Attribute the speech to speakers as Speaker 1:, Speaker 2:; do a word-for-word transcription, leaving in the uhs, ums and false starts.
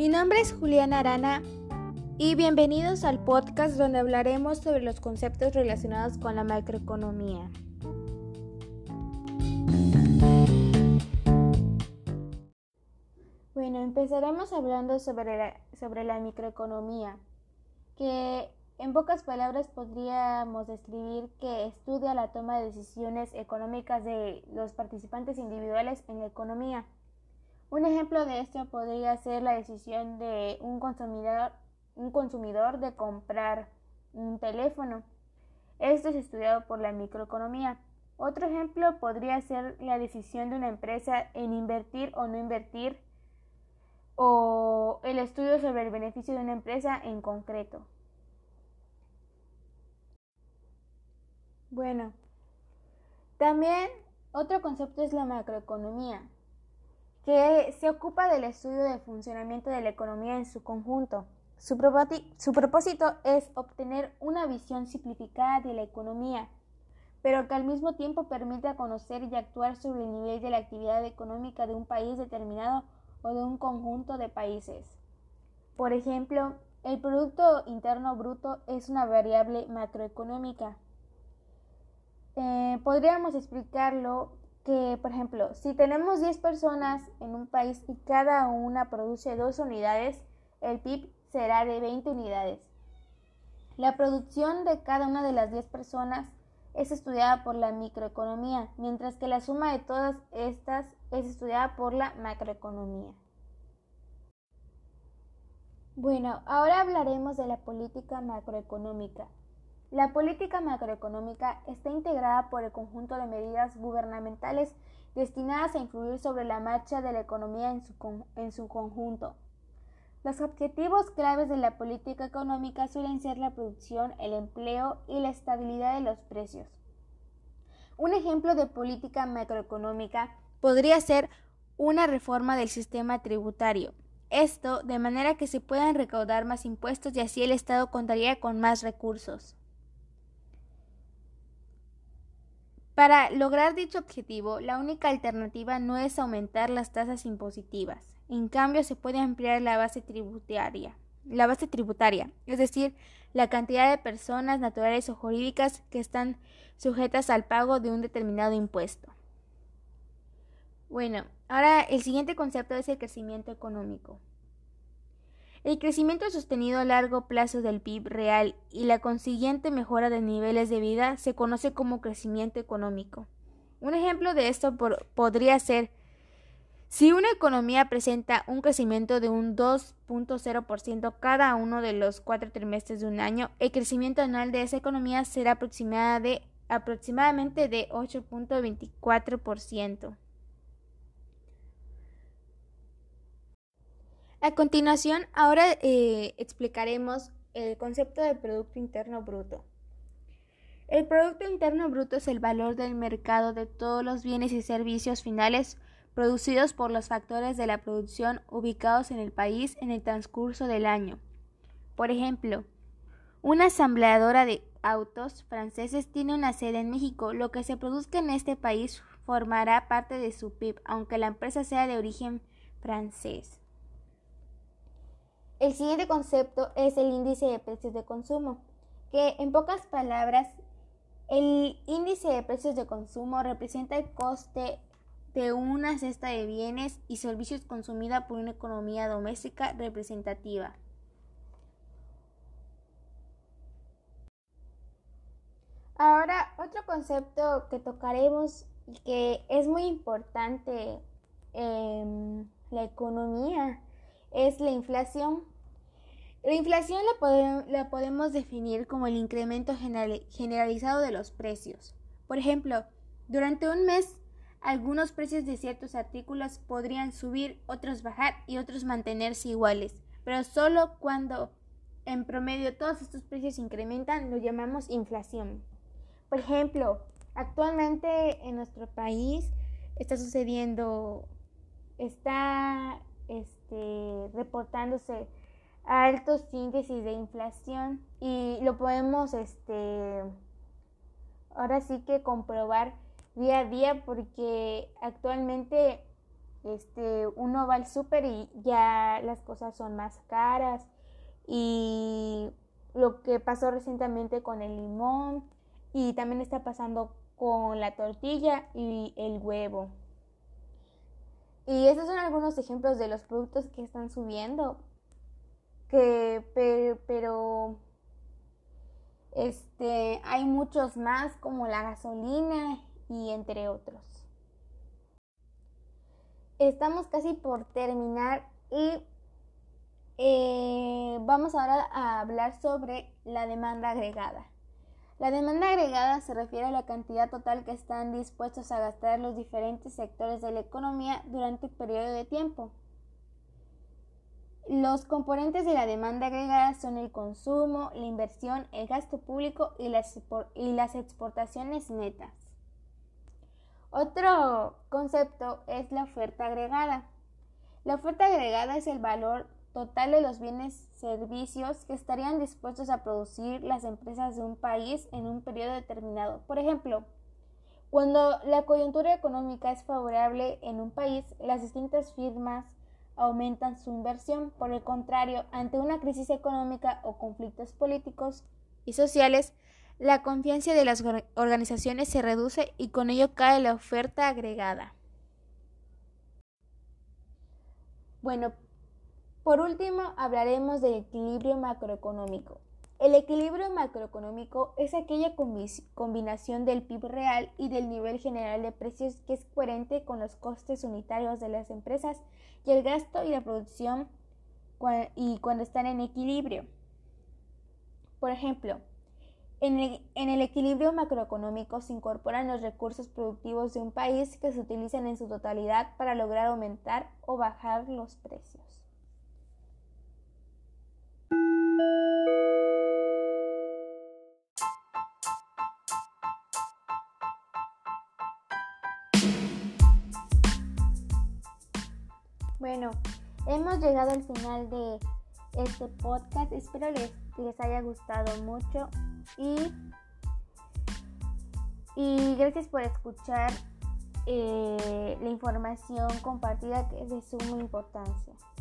Speaker 1: Mi nombre es Juliana Arana y bienvenidos al podcast donde hablaremos sobre los conceptos relacionados con la macroeconomía. Bueno, empezaremos hablando sobre la, sobre la microeconomía, que en pocas palabras podríamos describir que estudia la toma de decisiones económicas de los participantes individuales en la economía. Un ejemplo de esto podría ser la decisión de un consumidor, un consumidor de comprar un teléfono. Esto es estudiado por la microeconomía. Otro ejemplo podría ser la decisión de una empresa en invertir o no invertir, o el estudio sobre el beneficio de una empresa en concreto. Bueno, también otro concepto es la macroeconomía, que se ocupa del estudio del funcionamiento de la economía en su conjunto. Su, propósito, su propósito es obtener una visión simplificada de la economía, pero que al mismo tiempo permita conocer y actuar sobre el nivel de la actividad económica de un país determinado o de un conjunto de países. Por ejemplo, el Producto Interno Bruto es una variable macroeconómica. Eh, podríamos explicarlo que, por ejemplo, si tenemos diez personas en un país y cada una produce dos unidades, el P I B será de veinte unidades. La producción de cada una de las diez personas es estudiada por la microeconomía, mientras que la suma de todas estas es estudiada por la macroeconomía. Bueno, ahora hablaremos de la política macroeconómica. La política macroeconómica está integrada por el conjunto de medidas gubernamentales destinadas a influir sobre la marcha de la economía en su, con, en su conjunto. Los objetivos claves de la política económica suelen ser la producción, el empleo y la estabilidad de los precios. Un ejemplo de política macroeconómica podría ser una reforma del sistema tributario. Esto de manera que se puedan recaudar más impuestos y así el Estado contaría con más recursos. Para lograr dicho objetivo, la única alternativa no es aumentar las tasas impositivas. En cambio, se puede ampliar la base tributaria, la base tributaria, es decir, la cantidad de personas naturales o jurídicas que están sujetas al pago de un determinado impuesto. Bueno, ahora el siguiente concepto es el crecimiento económico. El crecimiento sostenido a largo plazo del P I B real y la consiguiente mejora de niveles de vida se conoce como crecimiento económico. Un ejemplo de esto por, podría ser si una economía presenta un crecimiento de un dos punto cero por ciento cada uno de los cuatro trimestres de un año, el crecimiento anual de esa economía será aproximada de, aproximadamente de ocho punto veinticuatro por ciento. A continuación, ahora eh, explicaremos el concepto de Producto Interno Bruto. El Producto Interno Bruto es el valor del mercado de todos los bienes y servicios finales producidos por los factores de la producción ubicados en el país en el transcurso del año. Por ejemplo, una ensambladora de autos franceses tiene una sede en México. Lo que se produzca en este país formará parte de su P I B, aunque la empresa sea de origen francés. El siguiente concepto es el índice de precios de consumo, que en pocas palabras, el índice de precios de consumo representa el coste de una cesta de bienes y servicios consumida por una economía doméstica representativa. Ahora, otro concepto que tocaremos y que es muy importante en la economía es la inflación. La inflación la, pode- la podemos definir como el incremento general- generalizado de los precios. Por ejemplo, durante un mes, algunos precios de ciertos artículos podrían subir, otros bajar y otros mantenerse iguales, pero solo cuando en promedio todos estos precios incrementan lo llamamos inflación. Por ejemplo, actualmente en nuestro país está sucediendo, está este, reportándose altos índices de inflación y lo podemos este ahora sí que comprobar día a día porque actualmente este, uno va al súper y ya las cosas son más caras. Y lo que pasó recientemente con el limón y también está pasando con la tortilla y el huevo. Y estos son algunos ejemplos de los productos que están subiendo, que pero, pero este hay muchos más como la gasolina y entre otros. Estamos casi por terminar y eh, vamos ahora a hablar sobre la demanda agregada. La demanda agregada se refiere a la cantidad total que están dispuestos a gastar los diferentes sectores de la economía durante un periodo de tiempo. Los componentes de la demanda agregada son el consumo, la inversión, el gasto público y las, y las exportaciones netas. Otro concepto es la oferta agregada. La oferta agregada es el valor total de los bienes y servicios que estarían dispuestos a producir las empresas de un país en un periodo determinado. Por ejemplo, cuando la coyuntura económica es favorable en un país, las distintas firmas aumentan su inversión. Por el contrario, ante una crisis económica o conflictos políticos y sociales, la confianza de las organizaciones se reduce y con ello cae la oferta agregada. Bueno, por último, hablaremos del equilibrio macroeconómico. El equilibrio macroeconómico es aquella combinación del P I B real y del nivel general de precios que es coherente con los costes unitarios de las empresas y el gasto y la producción y cuando están en equilibrio. Por ejemplo, en el, en el equilibrio macroeconómico se incorporan los recursos productivos de un país que se utilizan en su totalidad para lograr aumentar o bajar los precios. Bueno, hemos llegado al final de este podcast. Espero les, les haya gustado mucho y, y gracias por escuchar eh, la información compartida que es de suma importancia.